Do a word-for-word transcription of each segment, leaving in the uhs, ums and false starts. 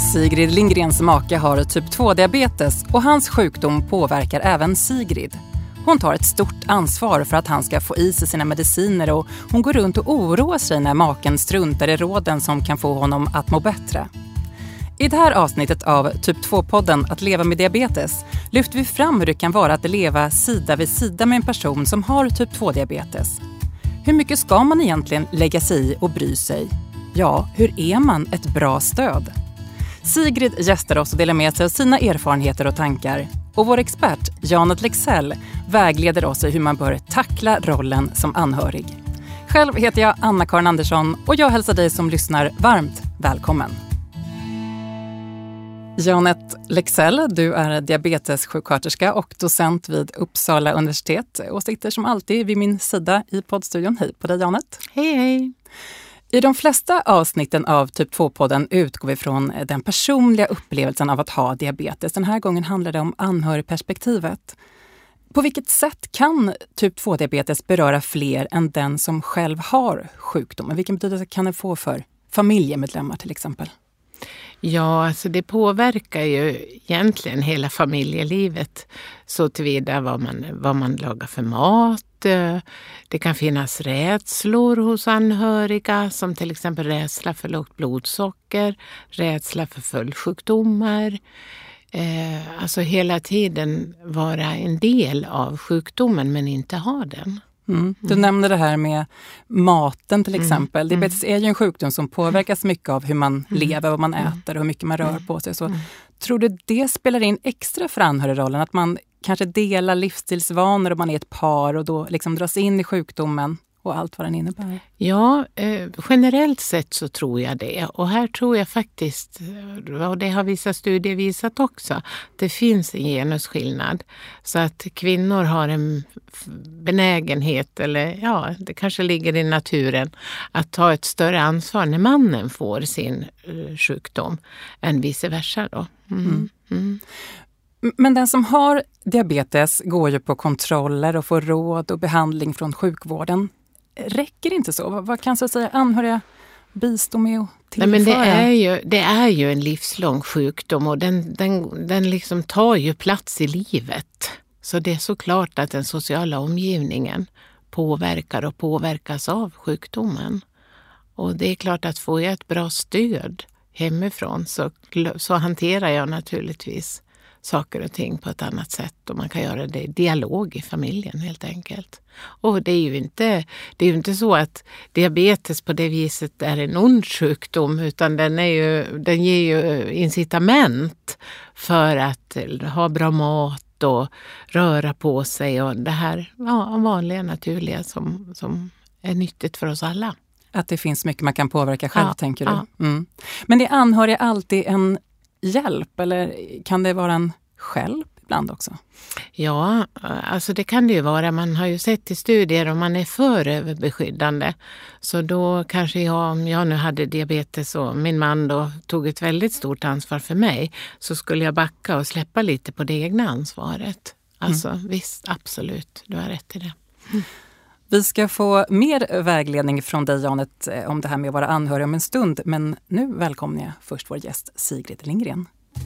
Sigrid Lindgrens make har typ två-diabetes och hans sjukdom påverkar även Sigrid. Hon tar ett stort ansvar för att han ska få i sig sina mediciner och hon går runt och oroar sig när maken struntar i råden som kan få honom att må bättre. I det här avsnittet av typ två-podden Att leva med diabetes lyfter vi fram hur det kan vara att leva sida vid sida med en person som har typ två-diabetes. Hur mycket ska man egentligen lägga sig i och bry sig? Ja, hur är man ett bra stöd? Sigrid gästar oss och delar med sig av sina erfarenheter och tankar. Och vår expert, Janet Lexell, vägleder oss i hur man bör tackla rollen som anhörig. Själv heter jag Anna-Karin Andersson och jag hälsar dig som lyssnar varmt välkommen. Janet Lexell, du är diabetessjuksköterska och docent vid Uppsala universitet och sitter som alltid vid min sida i poddstudion. Hej på dig, Janet. Hej, hej. I de flesta avsnitten av typ två-podden utgår vi från den personliga upplevelsen av att ha diabetes. Den här gången handlar det om anhörigperspektivet. På vilket sätt kan typ två-diabetes beröra fler än den som själv har sjukdomen? Vilken betydelse kan det få för familjemedlemmar till exempel? Ja, alltså det påverkar ju egentligen hela familjelivet så tillvida vad man, vad man lagar för mat. Det kan finnas rädslor hos anhöriga som till exempel rädsla för lågt blodsocker, rädsla för följdsjukdomar. Eh, alltså hela tiden vara en del av sjukdomen men inte ha den. Mm. Du mm. nämnde det här med maten till exempel. Mm. Diabetes är ju en sjukdom som påverkas mycket av hur man mm. lever, vad man äter och hur mycket man rör på sig. Så mm. tror du det spelar in extra för anhörigrollen? Att man kanske delar livsstilsvanor om man är ett par och då liksom dras in i sjukdomen och allt vad den innebär? Ja, eh, generellt sett så tror jag det. Och här tror jag faktiskt, och det har vissa studier visat också, det finns en genusskillnad. Så att kvinnor har en benägenhet, eller ja, det kanske ligger i naturen, att ta ett större ansvar när mannen får sin eh, sjukdom än vice versa då. Mm. Mm. Mm. Men den som har diabetes går ju på kontroller och får råd och behandling från sjukvården. Räcker inte så? Vad, vad kan så att säga anhöriga bistå med och tillföra? Nej, men det är ju, det är ju en livslång sjukdom och den, den, den liksom tar ju plats i livet. Så det är såklart att den sociala omgivningen påverkar och påverkas av sjukdomen. Och det är klart att får jag ett bra stöd hemifrån så, så hanterar jag naturligtvis saker och ting på ett annat sätt och man kan göra det i dialog i familjen helt enkelt. Och det är ju inte, det är ju inte så att diabetes på det viset är en ond sjukdom utan den, är ju, den ger ju incitament för att ha bra mat och röra på sig och det här ja, vanliga naturliga som, som är nyttigt för oss alla. Att det finns mycket man kan påverka själv, ja, tänker du? Ja. Mm. Men är anhöriga alltid en hjälp eller kan det vara en hjälp ibland också? Ja, alltså det kan det ju vara. Man har ju sett i studier om man är för överbeskyddande. Så då kanske jag, om jag nu hade diabetes och min man då tog ett väldigt stort ansvar för mig så skulle jag backa och släppa lite på det egna ansvaret. Alltså mm. visst, absolut, du har rätt i det. Mm. Vi ska få mer vägledning från dig, Janet, om det här med att vara anhörig om en stund. Men nu välkomnar jag först vår gäst Sigrid Lindgren.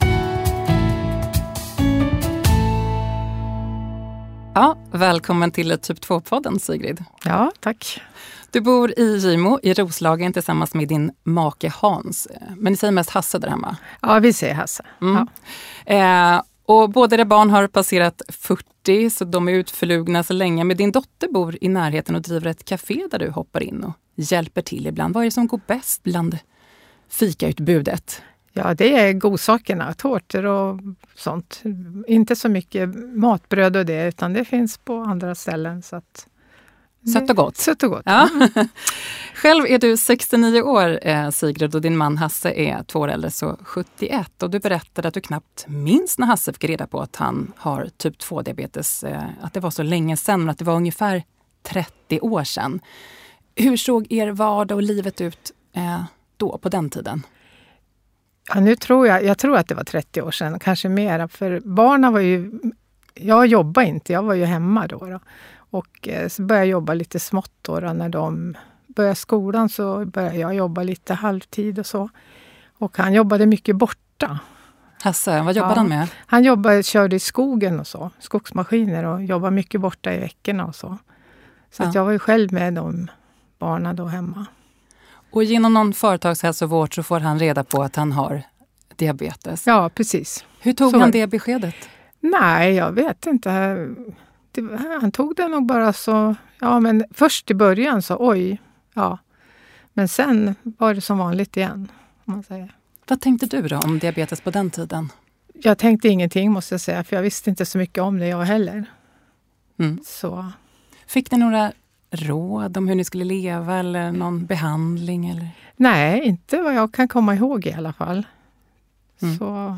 Ja, välkommen till typ två-podden, Sigrid. Ja, tack. Du bor i Gimo i Roslagen tillsammans med din make Hans. Men ni säger mest Hasse där hemma? Ja, vi säger Hasse. Mm. Ja. Eh, Och båda era barn har passerat fyrtio så de är utflugna så länge. Men din dotter bor i närheten och driver ett café där du hoppar in och hjälper till ibland. Vad är det som går bäst bland fikautbudet? Ja, det är godsakerna, tårtor och sånt. Inte så mycket matbröd och det utan det finns på andra ställen. Så att sött och gott. Sött och gott. Ja. Själv är du sextionio år, eh, Sigrid, och din man Hasse är två år äldre, så sjuttioett. Och du berättade att du knappt minns när Hasse fick reda på att han har typ två-diabetes. Eh, att det var så länge sedan, men att det var ungefär trettio år sedan. Hur såg er vardag och livet ut eh, då, på den tiden? Ja, nu tror jag, jag tror att det var trettio år sedan, kanske mer. För barnen var ju, jag jobbade inte, jag var ju hemma då. då. Och eh, så började jag jobba lite smått då, då när de började skolan så började jag jobba lite halvtid och så. Och han jobbade mycket borta borta. Hasse, vad jobbade ja. han med? Han jobbade, körde i skogen och så. Skogsmaskiner och jobbade mycket borta i veckorna och så. Så ja. att jag var ju själv med de barnen då hemma. Och genom någon företagshälsovård så får han reda på att han har diabetes. Ja, precis. Hur tog så. han det beskedet? Nej, jag vet inte. Det, han tog det nog bara så... Ja, men först i början så oj, ja. Men sen var det som vanligt igen, om man säger. Vad tänkte du då om diabetes på den tiden? Jag tänkte ingenting måste jag säga, för jag visste inte så mycket om det jag heller. Mm. Så. Fick ni några råd om hur ni skulle leva eller någon behandling? Eller? Nej, inte vad jag kan komma ihåg i alla fall. Mm. Så...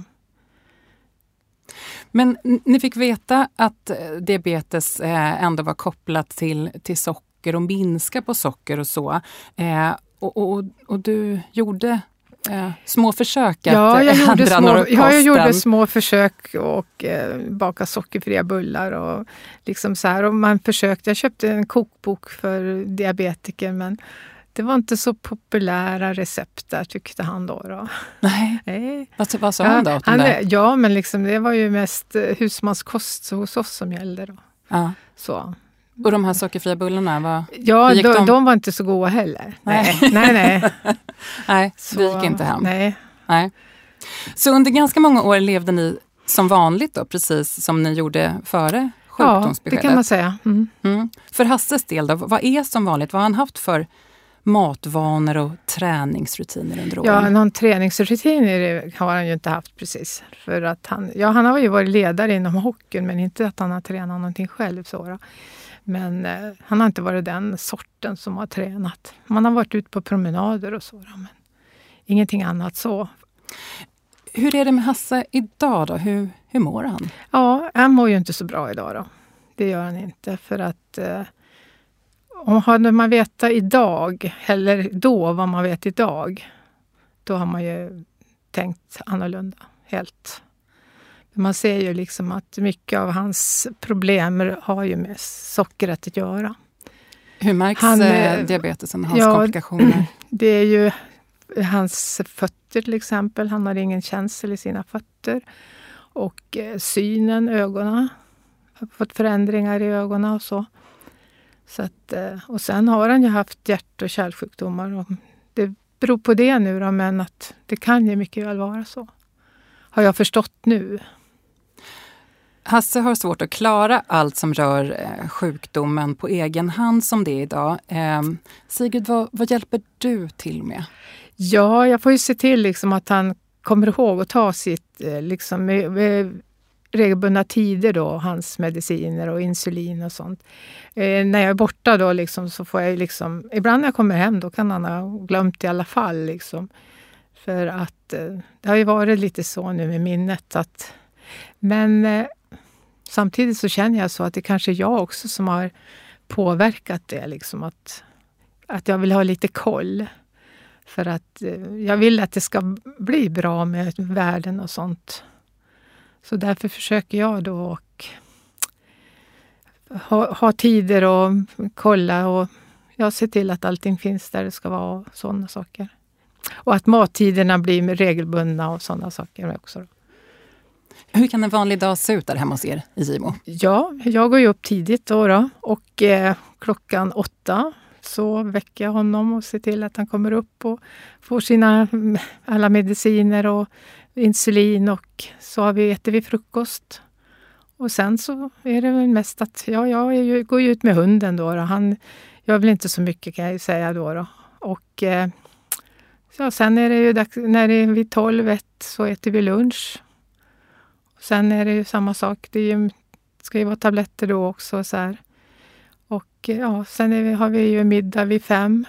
Men ni fick veta att diabetes ändå var kopplat till, till socker och minska på socker och så. Eh, och, och, och du gjorde eh, små försök att ja, jag gjorde ändra små, några ja, jag gjorde små försök och eh, baka sockerfria bullar och liksom så här. Och man försökte, jag köpte en kokbok för diabetiker, men det var inte så populära recept där, tyckte han då. då. Nej, Nej. Vad, vad sa ja, han då? Han, ja, men liksom, det var ju mest husmanskost hos oss som gällde då. Ja. Så. Och de här sockerfria bullarna, vad ja, gick de, de? de var inte så goda heller. Nej, nej, nej. nej så, det gick inte hem. Nej. nej. Så under ganska många år levde ni som vanligt då, precis som ni gjorde före sjukdomsbeskedet? Ja, det kan man säga. Mm. Mm. För Hasses del då, vad är som vanligt? Vad har han haft för matvanor och träningsrutiner under åren? Ja, någon träningsrutin har han ju inte haft precis. För att han, ja, han har ju varit ledare inom hockeyn, men inte att han har tränat någonting själv. Så då. Men eh, han har inte varit den sorten som har tränat. Man har varit ute på promenader och så. Då, men ingenting annat så. Hur är det med Hasse idag då? Hur, hur mår han? Ja, han mår ju inte så bra idag då. Det gör han inte. För att eh, om hade man vetat idag, eller då vad man vet idag, då har man ju tänkt annorlunda helt. Man ser ju liksom att mycket av hans problem har ju med sockret att göra. Hur märks han, diabetesen, hans ja, komplikationer? Det är ju hans fötter till exempel. Han har ingen känsel i sina fötter. Och eh, synen, ögonen. Har fått förändringar i ögonen och så. så att, eh, och sen har han ju haft hjärt- och kärlsjukdomar. Och det beror på det nu då, men att det kan ju mycket väl vara så. Har jag förstått nu. Hasse har svårt att klara allt som rör eh, sjukdomen på egen hand som det är idag. Eh, Sigrid, vad, vad hjälper du till med? Ja, jag får ju se till liksom att han kommer ihåg att ta sitt eh, liksom, med, med regelbundna tider då, hans mediciner och insulin och sånt. Eh, när jag är borta då liksom, så får jag liksom, ibland när jag kommer hem då kan han ha glömt i alla fall liksom. För att eh, det har ju varit lite så nu med minnet att, men eh, samtidigt så känner jag så att det kanske är jag också som har påverkat det liksom, att, att jag vill ha lite koll. För att eh, jag vill att det ska bli bra med världen och sånt. Så därför försöker jag då och ha, ha tider och kolla och jag ser till att allting finns där det ska vara och sådana saker. Och att mattiderna blir regelbundna och sådana saker också. Då. Hur kan en vanlig dag se ut där hemma hos er i Gimo? Ja, jag går ju upp tidigt då, då och eh, klockan åtta så väcker jag honom och ser till att han kommer upp och får sina alla mediciner och insulin och så har vi, äter vi frukost. Och sen så är det väl mest att ja, jag är ju, går ju ut med hunden då. då. Han gör väl inte så mycket kan jag säga då. då. Och eh, ja, sen är det ju dags, när det är vid tolv ett så äter vi lunch. Och sen är det ju samma sak. Det är ju, ska ju vara tabletter då också så här. Och ja, sen är vi, har vi ju middag vid fem.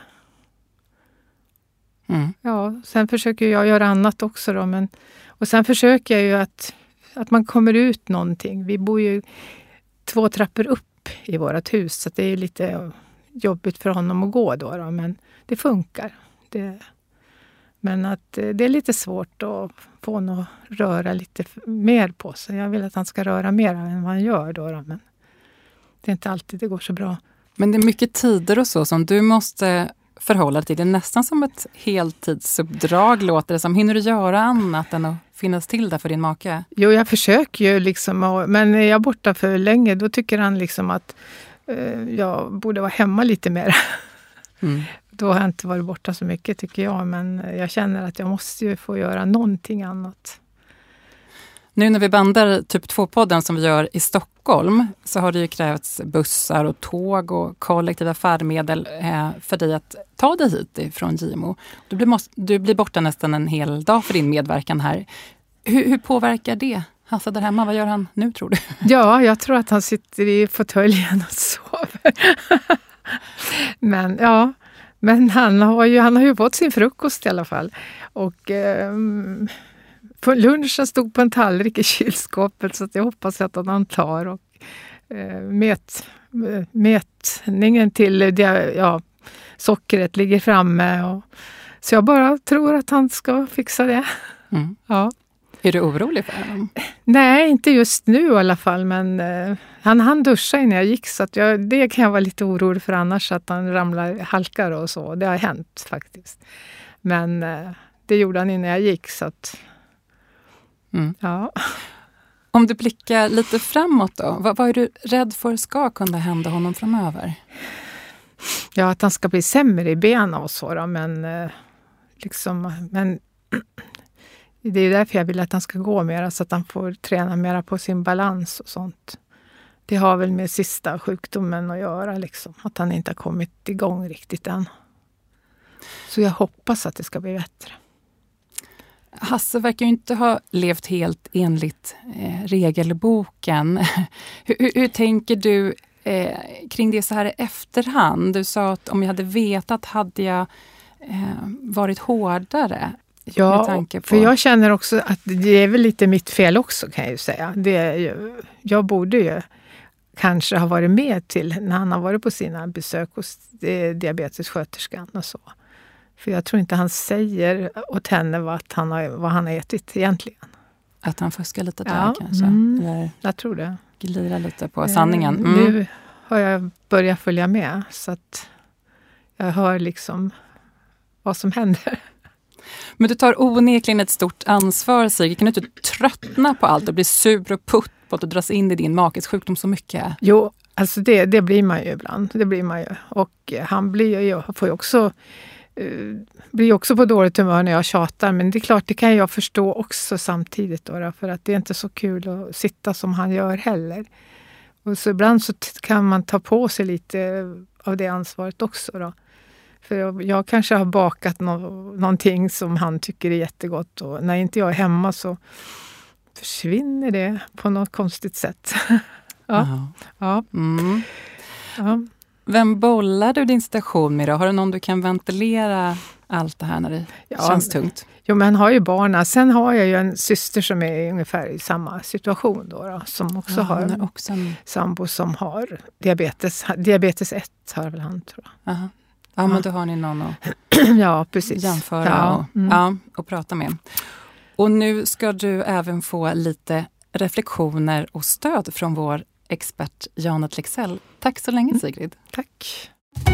Mm. Ja, sen försöker jag göra annat också då. Men, och sen försöker jag ju att, att man kommer ut någonting. Vi bor ju två trappor upp i vårt hus. Så det är lite jobbigt för honom att gå då. då men det funkar. Det, men att det är lite svårt att få honom att röra lite mer på sig. Jag vill att han ska röra mer än vad han gör då. då men det är inte alltid det går så bra. Men det är mycket tider och så som du måste förhålla dig till. Det är nästan som ett heltidsuppdrag låter det som. Hinner du göra annat än att finnas till där för din make? Jo, jag försöker ju liksom, men är jag borta för länge då tycker han liksom att eh, jag borde vara hemma lite mer. Mm. Då har jag inte varit borta så mycket tycker jag, men jag känner att jag måste ju få göra någonting annat. Nu när vi bandar typ två-podden som vi gör i Stockholm så har det ju krävts bussar och tåg och kollektiva färdmedel eh, för dig att ta dig hit från Gimo. Du blir, måste, du blir borta nästan en hel dag för din medverkan här. Hur, hur påverkar det Hasse där hemma? Vad gör han nu tror du? Ja, jag tror att han sitter i fåtöljen och sover. men ja, men han har, ju, han har ju fått sin frukost i alla fall. Och... Eh, lunchen stod på en tallrik i kylskåpet så att jag hoppas att han tar och eh, mät, mätningen till det, ja, sockret ligger framme. Och, så jag bara tror att han ska fixa det. Mm. Ja. Är du orolig för honom? Nej, inte just nu i alla fall. Men eh, han hann duscha innan jag gick så att jag, det kan jag vara lite orolig för annars att han ramlar, halkar och så. Det har hänt faktiskt. Men eh, det gjorde han innan jag gick så att... Mm. Ja. Om du blickar lite framåt då, vad, vad är du rädd för ska kunna hända honom framöver? Ja, att han ska bli sämre i benen och så då, men eh, liksom, men det är därför jag vill att han ska gå mer så att han får träna mer på sin balans och sånt. Det har väl med sista sjukdomen att göra liksom, att han inte har kommit igång riktigt än. Så jag hoppas att det ska bli bättre. Hasse verkar ju inte ha levt helt enligt eh, regelboken. hur, hur, hur tänker du eh, kring det så här i efterhand? Du sa att om jag hade vetat hade jag eh, varit hårdare. Ja, med tanke på... för jag känner också att det är väl lite mitt fel också kan jag ju säga. Det är ju, jag borde ju kanske ha varit med till när han har varit på sina besök hos diabetessköterskan och så. För jag tror inte han säger åt henne vad han har, vad han har ätit egentligen. Att han fuskar lite där ja, kanske? Mm, Eller jag tror det. Glirar lite på sanningen. Mm. Nu har jag börjat följa med så att jag hör liksom vad som händer. Men du tar onekligen ett stort ansvar, Sigrid. Kan du inte tröttna på allt och bli sur och putt på att du dras in i din makes sjukdom så mycket? Jo, alltså det, det blir man ju ibland. Det blir man ju. Och han blir ju, får ju också... blir också på dåligt humör när jag tjatar, men det är klart det kan jag förstå också samtidigt då, för att det är inte så kul att sitta som han gör heller. Och så ibland så kan man ta på sig lite av det ansvaret också då. För jag, jag kanske har bakat no, någonting som han tycker är jättegott och när inte jag är hemma så försvinner det på något konstigt sätt. ja. Ja. Mm. ja. Vem bollar du din situation med då? Har du någon du kan ventilera allt det här när det ja, känns tungt? Jo, men han har ju barnen. Sen har jag ju en syster som är ungefär i samma situation då. då som också ja, har också en sambo som har diabetes. Diabetes ett har väl han tror jag. Aha. Ja, ja, men då har ni någon att ja, precis. jämföra ja. Och, mm. ja, och prata med. Och nu ska du även få lite reflektioner och stöd från vår expert Janet Lexell. Tack så länge Sigrid. Mm. Tack.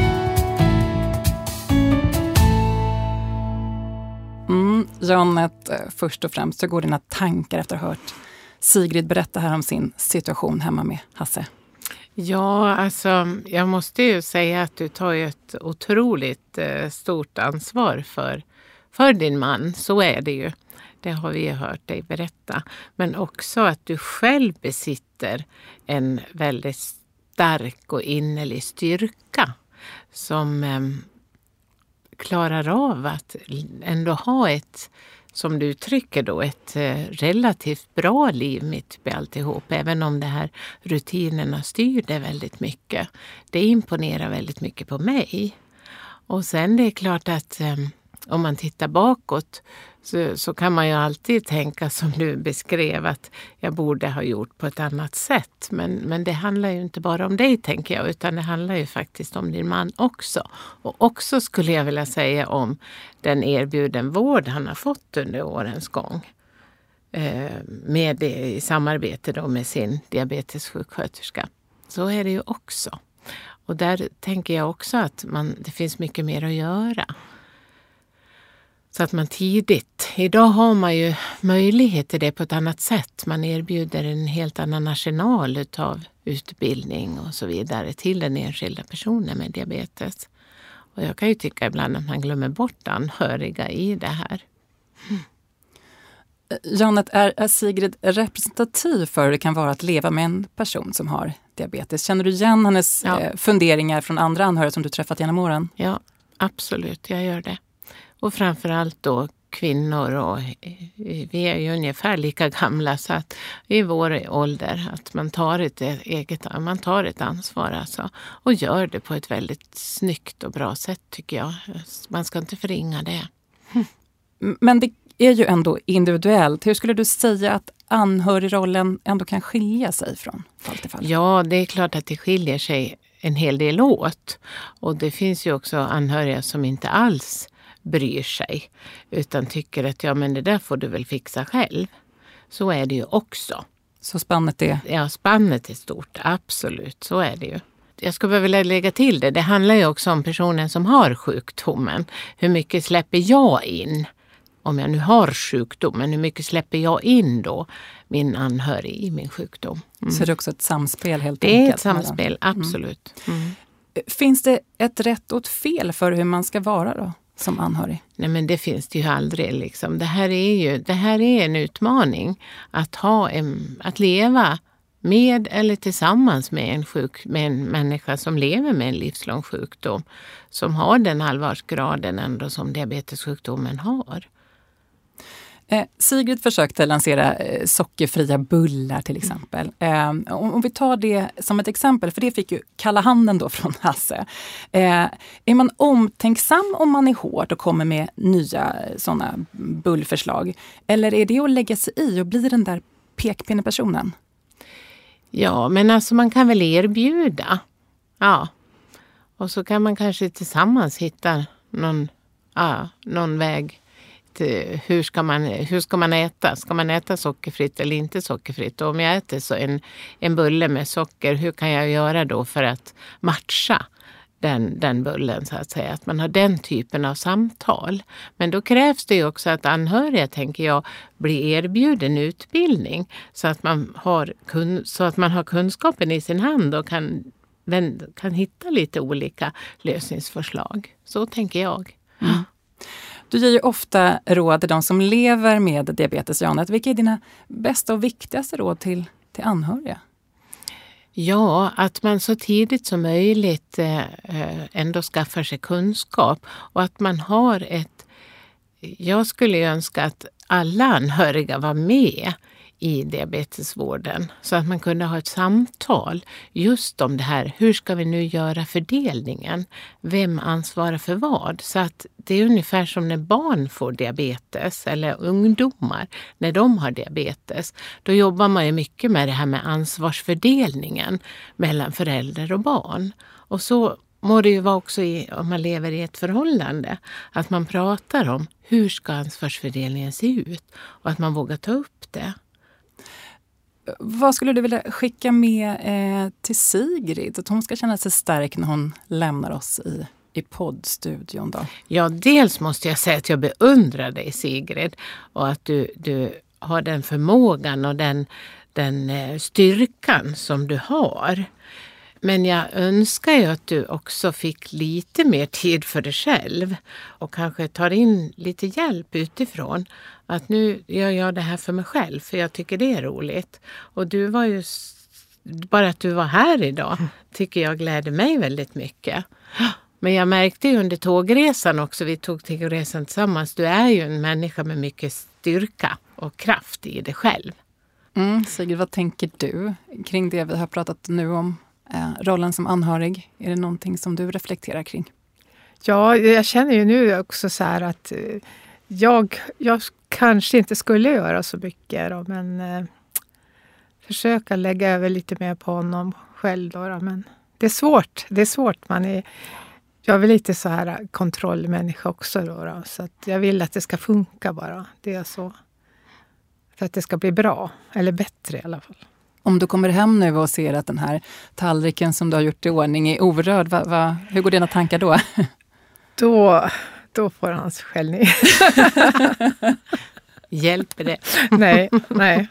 Mm, Janet, först och främst, hur går dina tankar efter att ha hört Sigrid berätta här om sin situation hemma med Hasse? Ja, alltså jag måste ju säga att du tar ju ett otroligt eh, stort ansvar för, för din man. Så är det ju. Det har vi hört dig berätta. Men också att du själv besitter en väldigt stark och innerlig styrka som eh, klarar av att ändå ha ett, som du uttrycker då, ett eh, relativt bra liv mitt i alltihop. Även om det här rutinerna styr det väldigt mycket. Det imponerar väldigt mycket på mig. Och sen det är klart att eh, om man tittar bakåt så, så kan man ju alltid tänka som du beskrev att jag borde ha gjort på ett annat sätt. Men, men det handlar ju inte bara om dig tänker jag, utan det handlar ju faktiskt om din man också. Och också skulle jag vilja säga om den erbjuden vård han har fått under årens gång. Eh, med det, i samarbete då med sin diabetessjuksköterska. Så är det ju också. Och där tänker jag också att man, det finns mycket mer att göra. Så att man tidigt, idag har man ju möjlighet till det på ett annat sätt. Man erbjuder en helt annan arsenal utav utbildning och så vidare till den enskilda personen med diabetes. Och jag kan ju tycka ibland att man glömmer bort anhöriga i det här. Mm. Janet, är, är Sigrid representativ för hur det kan vara att leva med en person som har diabetes? Känner du igen hennes ja. eh, funderingar från andra anhöriga som du träffat genom åren? Ja, absolut, jag gör det. Och framförallt då kvinnor, och vi är ju ungefär lika gamla så att i vår ålder att man tar ett eget man tar ett ansvar alltså, och gör det på ett väldigt snyggt och bra sätt tycker jag. Man ska inte förringa det. Men det är ju ändå individuellt. Hur skulle du säga att anhörigrollen ändå kan skilja sig från fall till fall? Ja, det är klart att det skiljer sig en hel del åt. Och det finns ju också anhöriga som inte alls bryr sig utan tycker att ja, men det där får du väl fixa själv. Så är det ju också. Så spannet är? Ja, spannet är stort. Absolut, så är det ju. Jag skulle vilja lägga till det. Det handlar ju också om personen som har sjukdomen. Hur mycket släpper jag in? Om jag nu har sjukdomen, hur mycket släpper jag in då min anhörig i min sjukdom? Mm. Så det är också ett samspel helt det enkelt? Det är ett samspel, absolut. Mm. Mm. Finns det ett rätt och ett fel för hur man ska vara då som anhörig? Nej, men det finns det ju aldrig liksom. Det här är ju det här är en utmaning att ha en, att leva med eller tillsammans med en, sjuk, med en människa som lever med en livslång sjukdom. Som har den allvarsgraden ändå som diabetessjukdomen har. Eh, Sigrid försökte lansera eh, sockerfria bullar till exempel. Eh, om, om vi tar det som ett exempel, för det fick ju kalla handen då från Hasse. Eh, är man omtänksam om man är hård och kommer med nya sådana bullförslag? Eller är det att lägga sig i och bli den där pekpinnepersonen? Ja, men alltså man kan väl erbjuda. Ja. Och så kan man kanske tillsammans hitta någon, ja, någon väg. Hur ska, man, hur ska man äta? Ska man äta sockerfritt eller inte sockerfritt? Och om jag äter så en, en bulle med socker, hur kan jag göra då för att matcha den, den bullen så att säga? Att man har den typen av samtal. Men då krävs det ju också att anhöriga, tänker jag, blir erbjuden utbildning så att man har, kun, så att man har kunskapen i sin hand och kan, kan hitta lite olika lösningsförslag. Så tänker jag. Mm. Du ger ju ofta råd till de som lever med diabetes, Janet. Vilka är dina bästa och viktigaste råd till, till anhöriga? Ja, att man så tidigt som möjligt eh, ändå skaffar sig kunskap. Och att man har ett... Jag skulle önska att alla anhöriga var med i diabetesvården. Så att man kunde ha ett samtal just om det här. Hur ska vi nu göra fördelningen? Vem ansvarar för vad? Så att det är ungefär som när barn får diabetes eller ungdomar när de har diabetes. Då jobbar man ju mycket med det här med ansvarsfördelningen mellan föräldrar och barn. Och så må det ju vara också i, om man lever i ett förhållande. Att man pratar om hur ska ansvarsfördelningen se ut och att man vågar ta upp det. Vad skulle du vilja skicka med eh, till Sigrid? Att hon ska känna sig stark när hon lämnar oss i, i poddstudion då? Ja, dels måste jag säga att jag beundrar dig, Sigrid. Och att du, du har den förmågan och den, den eh, styrkan som du har. Men jag önskar ju att du också fick lite mer tid för dig själv. Och kanske tar in lite hjälp utifrån. Att nu gör jag det här för mig själv, för jag tycker det är roligt. Och du var ju, bara att du var här idag tycker jag gläder mig väldigt mycket. Men jag märkte ju under tågresan också, vi tog tågresan tillsammans, du är ju en människa med mycket styrka och kraft i dig själv. Mm, Sigrid, vad tänker du kring det vi har pratat nu om? Eh, rollen som anhörig, är det någonting som du reflekterar kring? Ja, jag känner ju nu också så här att eh, jag, jag kanske inte skulle göra så mycket då, men eh, försöka lägga över lite mer på honom själv då, då. Men det är svårt, det är svårt. Man är, jag är väl lite så här kontrollmänniska också då, då, så att jag vill att det ska funka bara, det är så. För att det ska bli bra, eller bättre i alla fall. Om du kommer hem nu och ser att den här tallriken som du har gjort i ordning är orörd, va, va, hur går dina tankar då? Då, då får han skällning. Hjälper det? Nej, nej.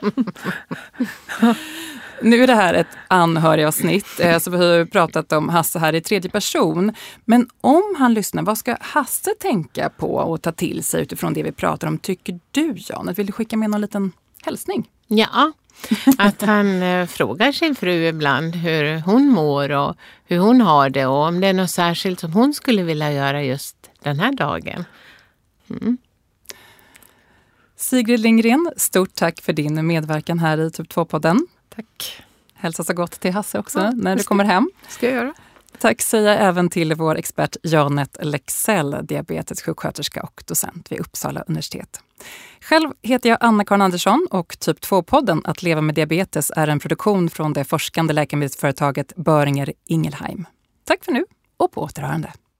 Nu är det här ett anhörigavsnitt, så vi har ju pratat om Hasse här i tredje person. Men om han lyssnar, vad ska Hasse tänka på och ta till sig utifrån det vi pratar om, tycker du, Jan? Vill du skicka med någon liten hälsning? Ja, att han eh, frågar sin fru ibland hur hon mår och hur hon har det och om det är något särskilt som hon skulle vilja göra just den här dagen. Mm. Sigrid Lindgren, stort tack för din medverkan här i Typ två-podden. Tack. Hälsa så gott till Hasse också Ja, när du ska, kommer hem. Ska jag göra. Tack säger jag även till vår expert Janette Lexell, diabetessjuksköterska och docent vid Uppsala universitet. Själv heter jag Anna-Karin Andersson och Typ två-podden Att leva med diabetes är en produktion från det forskande läkemedelsföretaget Boehringer Ingelheim. Tack för nu och på återhörande.